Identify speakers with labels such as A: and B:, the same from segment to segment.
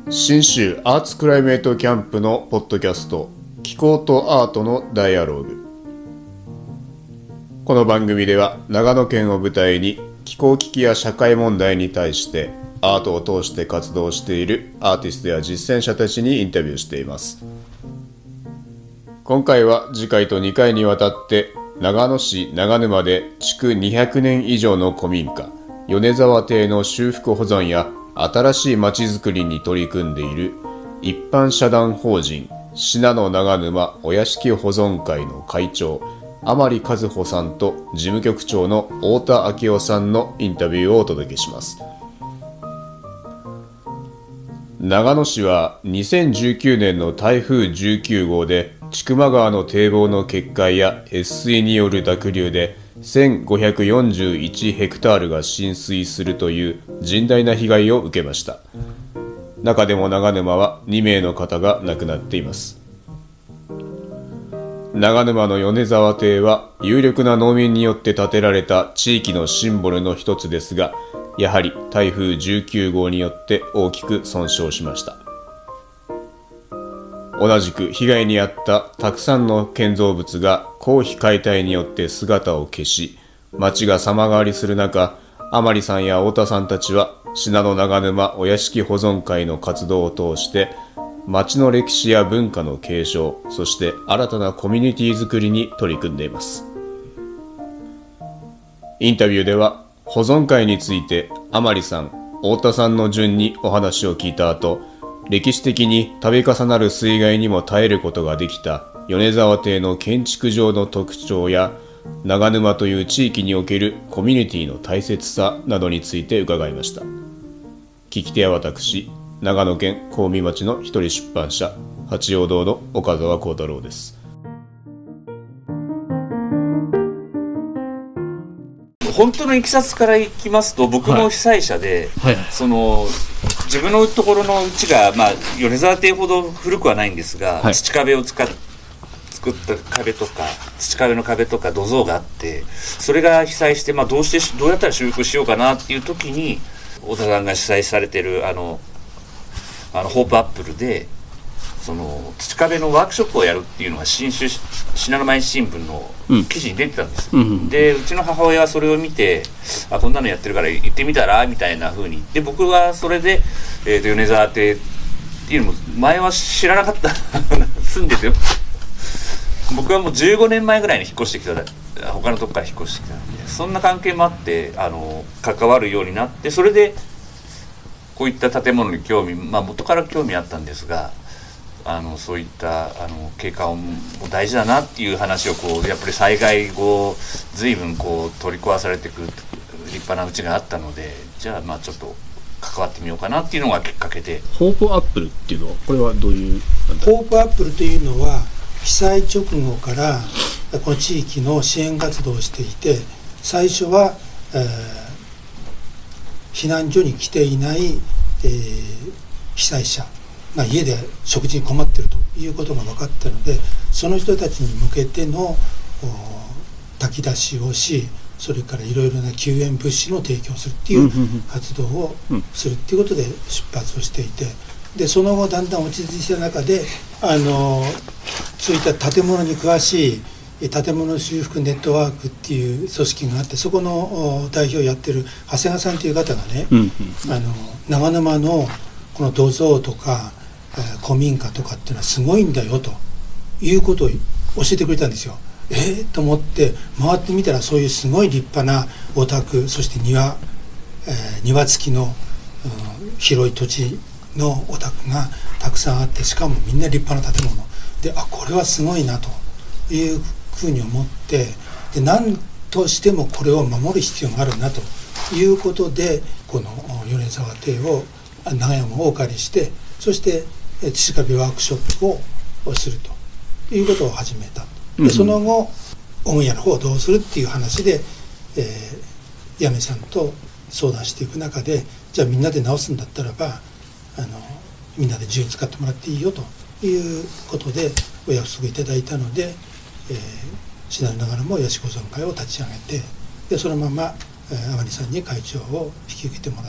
A: 信州アーツクライメートキャンプのポッドキャスト、気候とアートのダイアローグ。この番組では長野県を舞台に気候危機や社会問題に対してアートを通して活動しているアーティストや実践者たちにインタビューしています。今回は次回と2回にわたって長野市長沼で築200年以上の古民家米沢邸の修復保存や新しいまちづくりに取り組んでいる一般社団法人信濃長沼お屋敷保存会の会長甘利和穂さんと事務局長の太田昭夫さんのインタビューをお届けします。長野市は2019年の台風19号で千曲川の堤防の決壊や越水による濁流で1541ヘクタールが浸水するという甚大な被害を受けました。中でも長沼は2名の方が亡くなっています。長沼の米沢邸は有力な農民によって建てられた地域のシンボルの一つですが、やはり台風19号によって大きく損傷しました。同じく被害に遭ったたくさんの建造物が公費解体によって姿を消し、町が様変わりする中、甘利さんや太田さんたちは信濃長沼お屋敷保存会の活動を通して町の歴史や文化の継承、そして新たなコミュニティづくりに取り組んでいます。インタビューでは保存会について甘利さん、太田さんの順にお話を聞いた後、歴史的に度重なる水害にも耐えることができた米沢邸の建築上の特徴や長沼という地域におけるコミュニティの大切さなどについて伺いました。聞き手は私、長野県小海町の一人出版社八王堂の岡澤幸太郎です。
B: 本当のいきさつからいきますと、僕も被災者で、自分のところのうちが、米沢邸ほど古くはないんですが、土壁を作った壁とか土壁の壁とか土蔵があって、それが被災して、どうやったら修復しようかなっていう時に太田さんが主催されてるホープアップルでその土壁のワークショップをやるっていうのが信濃毎日新聞の記事に出てたんです、でうちの母親はそれを見て、こんなのやってるから行ってみたらみたいな風にで、僕はそれで、米沢邸っていうのも前は知らなかった住んでて、僕はもう15年前ぐらいに引っ越してきた、他のとこから引っ越してきたんで、そんな関係もあって関わるようになって、それでこういった建物に興味、元から興味あったんですが、そういった景観も大事だなっていう話をやっぱり災害後随分取り壊されていく立派な家があったので、じゃあちょっと関わってみようかなっていうのがきっかけで。
C: ホープアップルっていうのはこれはどういう？
D: ホープアップルというのは被災直後からこの地域の支援活動をしていて、最初は、避難所に来ていない、被災者、家で食事に困っているということが分かったので、その人たちに向けての炊き出しをし、それからいろいろな救援物資の提供をするっていう活動をするっていうことで出発をしていて、でその後だんだん落ち着いた中でそういった建物に詳しい建物修復ネットワークっていう組織があって、そこの代表をやってる長谷川さんという方がね、長沼のこの土蔵とか古民家とかっていうのはすごいんだよということを教えてくれたんですよ。と思って回ってみたら、そういうすごい立派なお宅、そして庭付きの、広い土地のお宅がたくさんあって、しかもみんな立派な建物で、これはすごいなというふうに思って、で何としてもこれを守る必要があるなということで、この米沢邸を長山をお借りして、そして土壁ワークショップをするということを始めた。でその後母屋の方をどうするっていう話で、八女さんと相談していく中で、じゃあみんなで直すんだったらばみんなで自由使ってもらっていいよということでお約束いただいたので、信濃長沼お屋敷保存会を立ち上げて、でそのまま甘利さんに会長を引き受けてもらったと。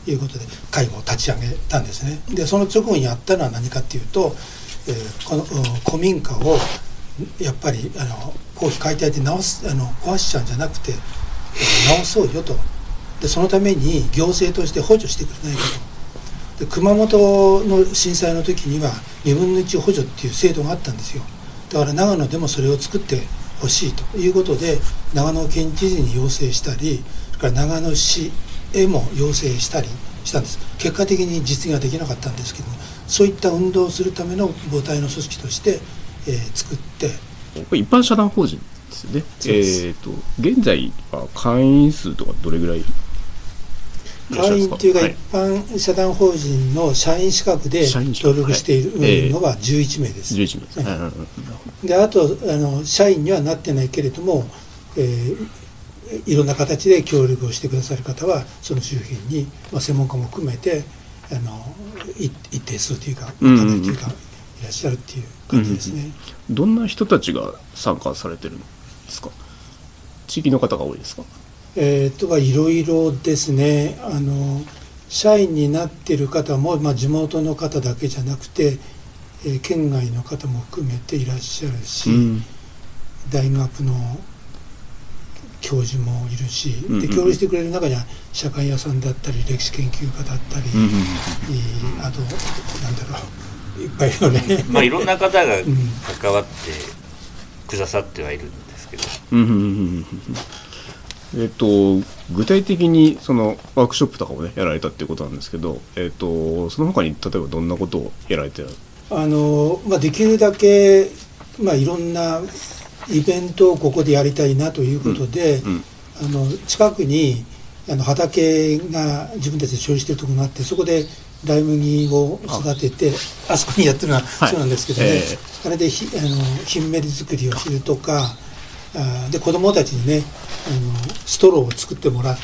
D: いうことで会を立ち上げたんですね。でその直後にやったのは何かっていうと、この古民家をやっぱり公費解体で壊しちゃうんじゃなくて直そうよと。でそのために行政として補助してくれないかと。で熊本の震災の時には2分の1補助っていう制度があったんですよ。だから長野でもそれを作ってほしいということで長野県知事に要請したり、それから長野市へも要請したりしたんです。結果的に実現はできなかったんですけども、そういった運動をするための母体の組織として、作って。
C: これ一般社団法人ですね。現在は会員数とかどれぐらいいらっしゃるんですか？
D: 会員というか、一般社団法人の社員資格で登録しているのは11名です。
C: 11名です、はい、
D: であと社員にはなってないけれども、いろんな形で協力をしてくださる方はその周辺に、専門家も含めて一定数というか、かなりというかいらっしゃるっていう感じですね。
C: どんな人たちが参加されてるんですか？地域の方が多いですか？
D: いろいろですね。社員になっている方も、地元の方だけじゃなくて、県外の方も含めていらっしゃるし、大学の教授もいるし、で協力してくれる中には社会屋さんだったり歴史研究家だったり、あとなんだろう、いっぱいいるね。
B: いろんな方が関わってくださってはいるんですけど、
C: 具体的にそのワークショップとかもねやられたっていうことなんですけど、その他に例えばどんなことをやられてる？
D: できるだけ、いろんなイベントをここでやりたいなということで、近くに畑が自分たちで所有しているところがあって、そこでライ麦を育てて、あそこにやってるのはそうなんですけどね、あれでヒンメリ作りをするとか、で子どもたちにねストローを作ってもらって、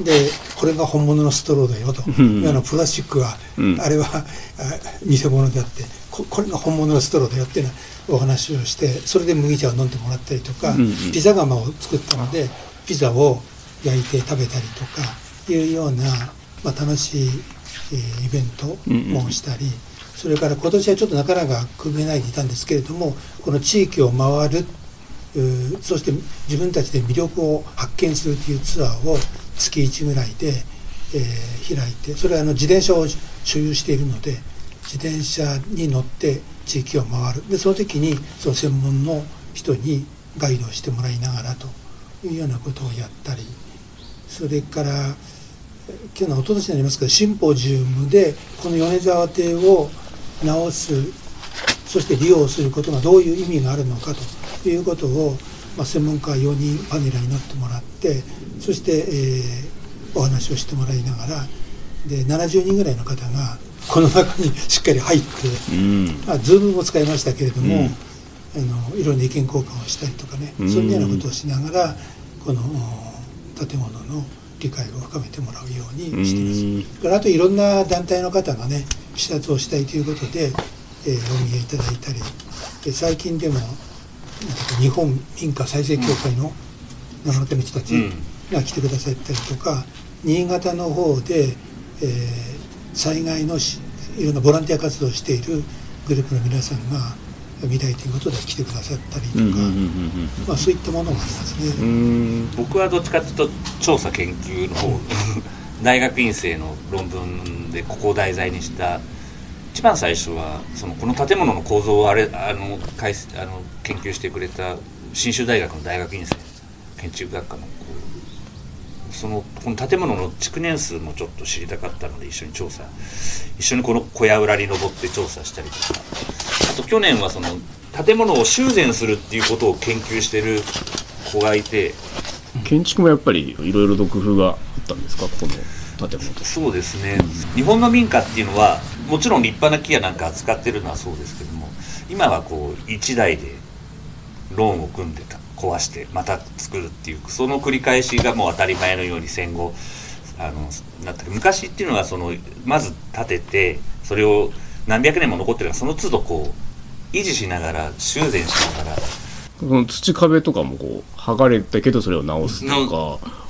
D: でこれが本物のストローだよと、プラスチックは、あれは偽物であってこれが本物のストローだよっていうようなお話をして、それで麦茶を飲んでもらったりとか、ピザ窯を作ったのでピザを焼いて食べたりとかいうような、楽しい、イベントもしたり、それから今年はちょっとなかなか組めないでいたんですけれども、この地域を回る、そして自分たちで魅力を発見するというツアーを月1ぐらいで、開いて、それは自転車を所有しているので自転車に乗って地域を回る。でその時にその専門の人にガイドをしてもらいながらというようなことをやったり、それから去年一昨年になりますけど、シンポジウムでこの米沢邸を直す、そして利用することがどういう意味があるのかということを、専門家4人パネラーになってもらって、そして、お話をしてもらいながら、で70人ぐらいの方がこの中にしっかり入って、ズームも使いましたけれども、いろんな意見交換をしたりとかね、そんなようなことをしながらこの建物の理解を深めてもらうようにしています。からあといろんな団体の方がね視察をしたいということで、お見えいただいたり、最近でも日本民家再生協会の長野県の人たちが来てくださったりとか、新潟の方で、災害のいろんなボランティア活動をしているグループの皆さんが見たいということで来てくださったりとか、そういったものがありますね。
B: 僕はどっちかというと調査研究の方大学院生の論文でここを題材にした一番最初はこの建物の構造を研究してくれた信州大学の大学院生建築学科のこの建物の築年数もちょっと知りたかったので一緒にこの小屋裏に登って調査したりとか、あと去年は建物を修繕するっていうことを研究してる子がいて、
C: 建築もやっぱりいろいろと工夫があったんですか、この建物。
B: そうですね、日本の民家っていうのはもちろん立派な木やなんか扱ってるのはそうですけども、今は一台でローンを組んで壊してまた作るっていうその繰り返しがもう当たり前のように戦後なったけど、昔っていうのはまず建ててそれを何百年も残ってるからその都度維持しながら修繕しながら、
C: この土壁とかも剥がれたけどそれを直すとか、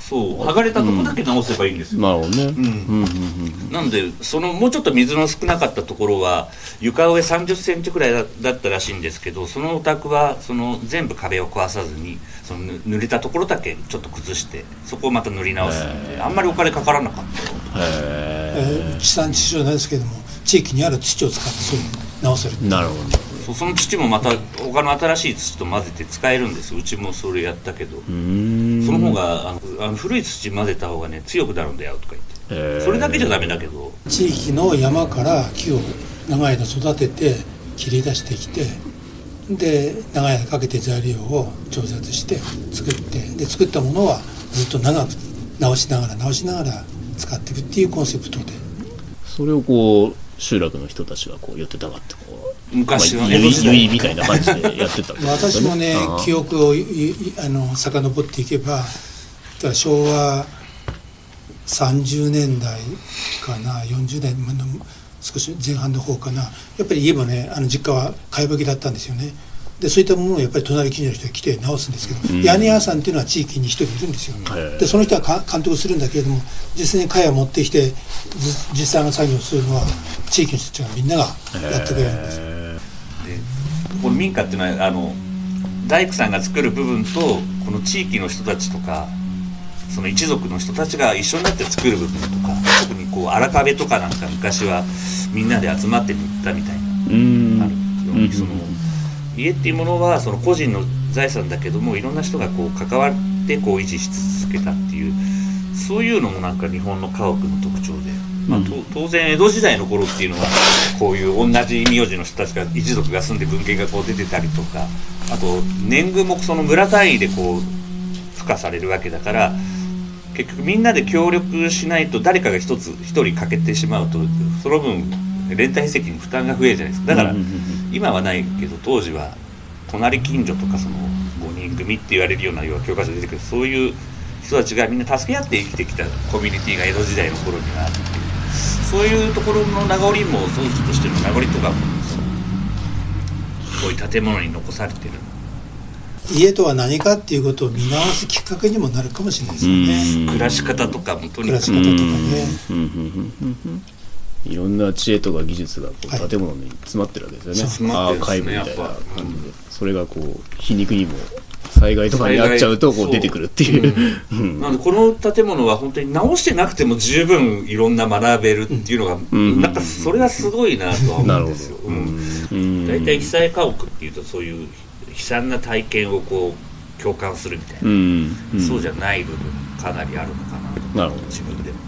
B: そう剥がれたとこだけ直せばいいんですよ、
C: なるほどね。
B: なのでもうちょっと水の少なかったところは床上30センチくらいだったらしいんですけど、そのお宅は全部壁を壊さずに濡れたところだけちょっと崩してそこをまた塗り直すんで、あんまりお金かからなかった。
D: 地産地消なんですけども、地域にある土を使ってそれ直せる。
C: なるほど。
B: その土もまた他の新しい土と混ぜて使えるんです。うちもそれやったけど、その方が古い土混ぜた方がね強くなるんだよとか言って、それだけじゃダメだけど、
D: 地域の山から木を長い間育てて切り出してきて、で長い間かけて材料を調達して作って、で作ったものはずっと長く直しながら使っていくっていうコンセプトで、
C: それをこう集落の人たちがこう寄ってたがってこう
B: 昔は
C: ね、ゆみたいな感じでやってた、ね、
D: 私もね記憶を遡っていけば、昭和30年代かな、40年の少し前半の方かな、やっぱり家もね実家は貝履きだったんですよね。でそういったものをやっぱり隣近所の人が来て直すんですけど、屋根屋さんっていうのは地域に一人いるんですよ。でその人は監督するんだけれども、実際に貝を持ってきて実際の作業をするのは地域の人たちがみんながやってくれるんです。
B: でこの民家っていうのは大工さんが作る部分とこの地域の人たちとかその一族の人たちが一緒になって作る部分とか、特にこう荒壁とかなんか昔はみんなで集まって塗ったみたいなあるように、その家っていうものはその個人の財産だけども、いろんな人がこう関わってこう維持し続けたっていう、そういうのもなんか日本の家屋の特徴で、当然江戸時代の頃っていうのはこういう同じ名字の人たちが一族が住んで文献がこう出てたりとか、あと年貢もその村単位でこう付加されるわけだから、結局みんなで協力しないと誰かが一人欠けてしまうとその分連帯責に負担が増えるじゃないですか。だから今はないけど当時は隣近所とかその5人組って言われるような要は教科書で出てくるそういう人たちがみんな助け合って生きてきたコミュニティが江戸時代の頃にはあって、そういうところの名残も当時としての名残とかもこういう建物に残されてる。
D: 家とは何かっていうことを見直すきっかけにもなるかもしれないですよね。
B: 暮らし方とかもとにかく
D: 暮らし方とかね、
C: いろんな知恵とか技術がこう建物に詰まってるわけですよね、アーカイブみたいな感じで、それがこう皮肉にも災害とかになっちゃうとこう出てくるっていう、
B: なのでこの建物は本当に直してなくても十分いろんな学べるっていうのが、なんかそれはすごいなとは思うんですよ。大体被災家屋っていうとそういう悲惨な体験をこう共感するみたいな、そうじゃない部分かなりあるのかなと、自分でも。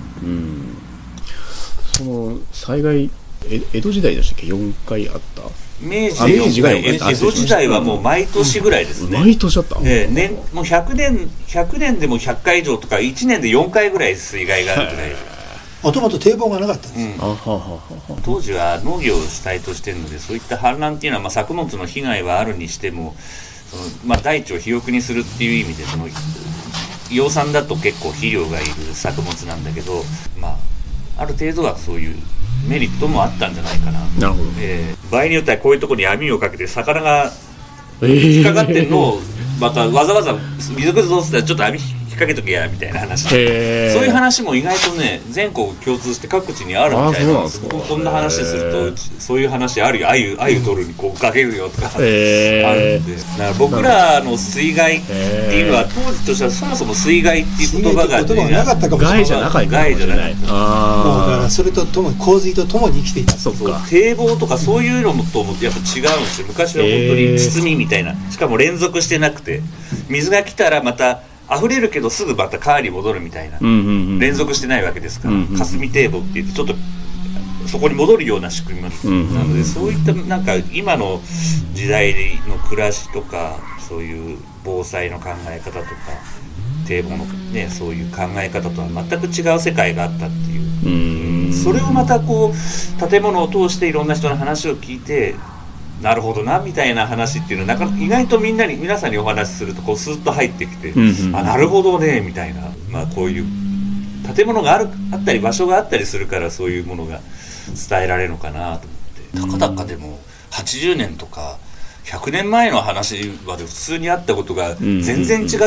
C: その災害江戸時代でしたっけ4回あった？
B: 明治が4回、江戸時代はもう毎年ぐらいですね。
C: 毎年あった？
B: もう100年でも100回以上とか1年で4回ぐらい水害があるぐらい。
D: もともと堤防がなかったんです、
B: 当時は農業を主体としているので、そういった氾濫っていうのは、作物の被害はあるにしても大地を肥沃にするっていう意味で養蚕だと結構肥料がいる作物なんだけど、ある程度はそういうメリットもあったんじゃないかな。
C: なるほど、
B: 場合によってはこういうところに網をかけて魚が引っかかってるのをまたわざわざ水くずどうすったらちょっと網引っ掛けとけやみたいな話、そういう話も意外とね全国共通して各地にあるみたいなんです。こんな話するとそういう話あるよ、鮎取るにこうかけるよとかあるんで、だから僕らの水害っていうのは当時としてはそもそも水害っていう言葉が
D: なかったかもしれない。
C: 害じゃなかったかもしれない。
D: もうだからそれとともに洪水とともに生きていた。
B: そう堤防とかそういうのともやっぱ違うんですよ。昔は本当に包みみたいな、しかも連続してなくて水が来たらまた溢れるけどすぐまた川に戻るみたいな、連続してないわけですから、霞堤防っていうとちょっとそこに戻るような仕組みなので、そういったなんか今の時代の暮らしとかそういう防災の考え方とか堤防のねそういう考え方とは全く違う世界があったっていう、それをまたこう建物を通していろんな人の話を聞いてなるほどなみたいな話っていうのは意外と皆さんにお話しするとこうスーッと入ってきて、なるほどねみたいな、こういう建物があったり場所があったりするからそういうものが伝えられるのかなと思って、たかだかでも80年とか 100年前の話まで普通にあったことが全然違っちゃって、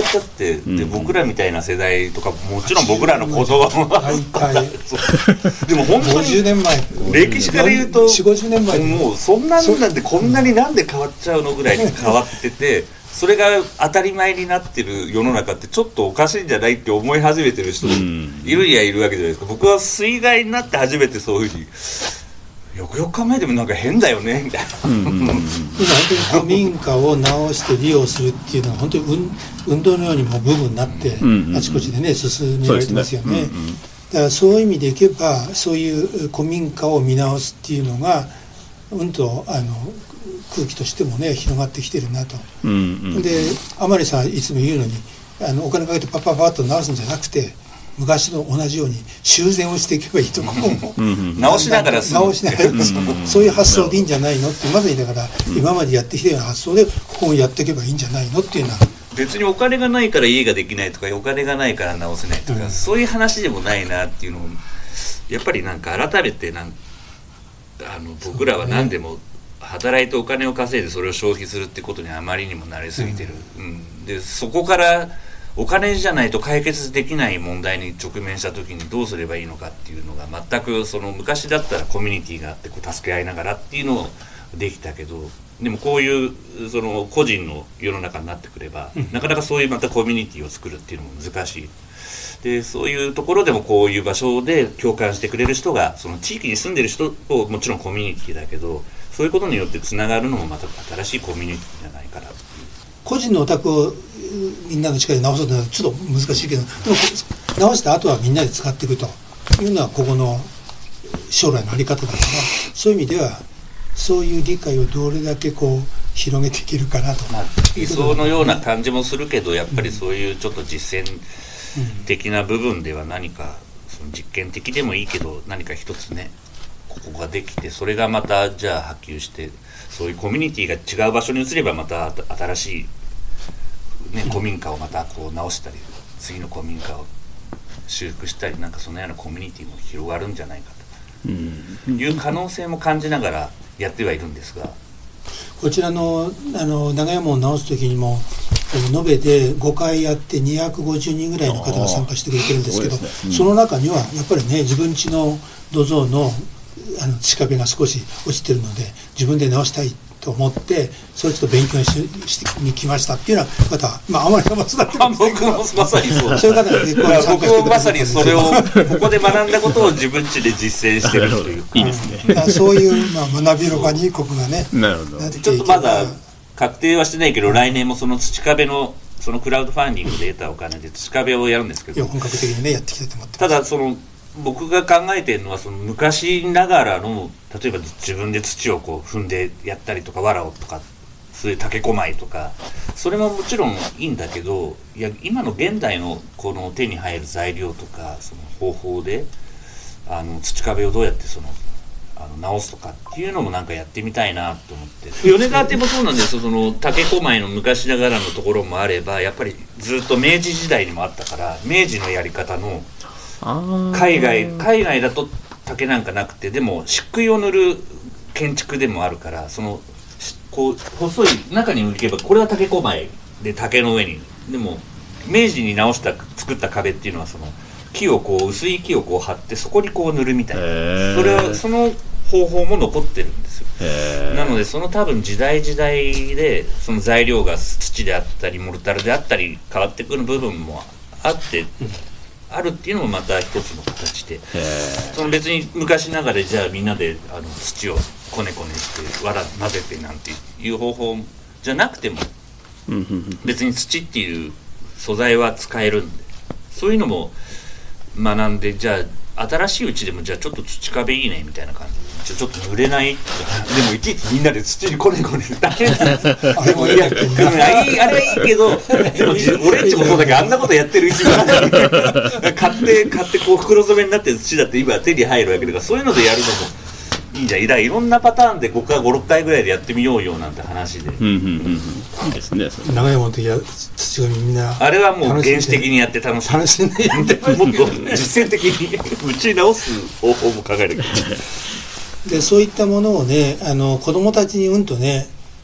B: で僕らみたいな世代とかもちろん僕らの言葉もでも本当に
D: 50年前
B: 歴史から言うと
D: 4、50年前
B: もうそんなんでこんなになんで変わっちゃうのぐらいに変わっててそれが当たり前になってる世の中ってちょっとおかしいんじゃないって思い始めてる人いるにはいるわけじゃないですか。僕は水害になって初めてそういうふうによくよく考えてもなんか変だよねみたいな今
D: 本当に古民家を直して利用するっていうのは本当に運動のようにも部分になってあちこちでね進められてますよね。だからそういう意味でいけばそういう古民家を見直すっていうのがと空気としてもね広がってきてるなと。で甘利さんいつも言うのにお金かけてパッパッパッと直すんじゃなくて昔と同じように修繕をしていけばいいところを
B: 直しながら
D: そういう発想でいいんじゃないのってまさにだから今までやってきたような発想でここをやっていけばいいんじゃないのっていうのは
B: 別にお金がないから家ができないとかお金がないから直せないとか、そういう話でもないなっていうのをやっぱりなんか改めて僕らは何でも働いてお金を稼いでそれを消費するってことにあまりにも慣れすぎてる、でそこからお金じゃないと解決できない問題に直面した時にどうすればいいのかっていうのが全く昔だったらコミュニティがあって助け合いながらっていうのをできたけど、でもこういう個人の世の中になってくれば、なかなかそういうまたコミュニティを作るっていうのも難しい。でそういうところでもこういう場所で共感してくれる人がその地域に住んでる人ともちろんコミュニティだけどそういうことによってつながるのもまた新しいコミュニティじゃないかなっていう。
D: 個人のお宅をみんなの力で直そうというのはちょっと難しいけどでも直した後はみんなで使っていくというのはここの将来の在り方だからそういう意味ではそういう理解をどれだけ広げていけるかなと、
B: 理想のような感じもするけどやっぱりそういうちょっと実践的な部分では何か実験的でもいいけど何か一つねここができてそれがまたじゃあ波及してそういうコミュニティが違う場所に移ればまた新しい、古民家をまた直したり次の古民家を修復したりなんかそのようなコミュニティも広がるんじゃないかという可能性も感じながらやってはいるんですが
D: こちらの長屋門を直す時にも延べで5回やって250人ぐらいの方が参加してくれてるんですけどその中にはやっぱりね自分家の土蔵の地壁が少し落ちてるので自分で直したいと思ってそれちょっと勉強に来ましたっていうような方あまりが松だって
B: 僕もまさに
D: そういう方が
B: 僕もまさにそれをここで学んだことを自分家で実践してるという
C: いいですね
D: そういう学びの場にここがね
C: なるほど
B: ちょっとまだ確定はしてないけど来年もその土壁のクラウドファンディングで得たお金で土壁をやるんですけど
D: 本格的にねやっていきたいと思って
B: ただ僕が考えているのは昔ながらの例えば自分で土を踏んでやったりとか藁をとかそういう竹小舞とかそれももちろんいいんだけど今の現代の手に入る材料とか方法で土壁をどうやって直すとかっていうのもなんかやってみたいなと思って米沢店もそうなんですよ竹小舞の昔ながらのところもあればやっぱりずっと明治時代にもあったから明治のやり方の海外だと竹なんかなくてでも漆喰を塗る建築でもあるから細い中に行けばこれは竹小舞で竹の上にでも明治に作った壁っていうのは木を薄い木を張ってそこに塗るみたいなその方法も残ってるんですよ。なので多分時代で材料が土であったりモルタルであったり変わってくる部分もあってあるっていうのもまた一つの形で別に昔ながらじゃあみんなで土をこねこねして藁混ぜてなんていう方法じゃなくても別に土っていう素材は使えるんでそういうのも学んでじゃあ新しいうちでもじゃあちょっと土壁いいねみたいな感じでちょっと濡れないでもいちいちみんなで土にこねこね大変でもいやあれはいいけどでも俺んちもそうだけどあんなことやってるうちが買って袋染めになってる土だって今手に入るわけだからそういうのでやるのもいいんじゃんいろんなパターンで5回5、6回ぐらいでやってみようよなんて話で
C: いいですね
D: 長山の時は土がみんな
B: あれはもう原始的にやって楽しんでもっと実践的に打ち直す方法も考える
D: でそういったものをね子どもたちにね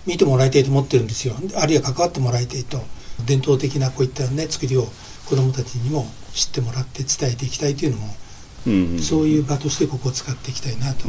D: 見てもらいたいと思ってるんですよ。あるいは関わってもらいたいと、伝統的なこういったね作りを子どもたちにも知ってもらって伝えていきたいというのも、そういう場としてここを使っていきたいなと。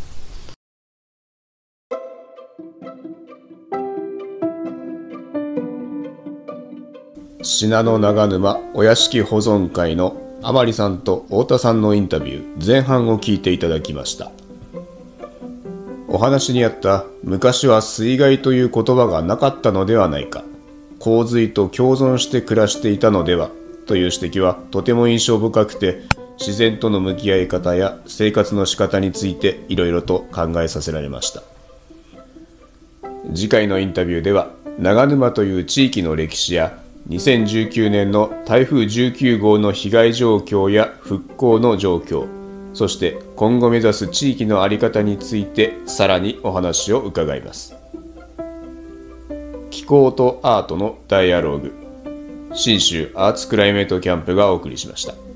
A: 信濃長沼お屋敷保存会の甘利さんと太田さんのインタビュー前半を聞いていただきました。お話にあった昔は水害という言葉がなかったのではないか、洪水と共存して暮らしていたのではという指摘はとても印象深くて、自然との向き合い方や生活の仕方についていろいろと考えさせられました。次回のインタビューでは長沼という地域の歴史や2019年の台風19号の被害状況や復興の状況、そして今後目指す地域の在り方についてさらにお話を伺います。気候とアートのダイアローグ、信州アーツクライメートキャンプがお送りしました。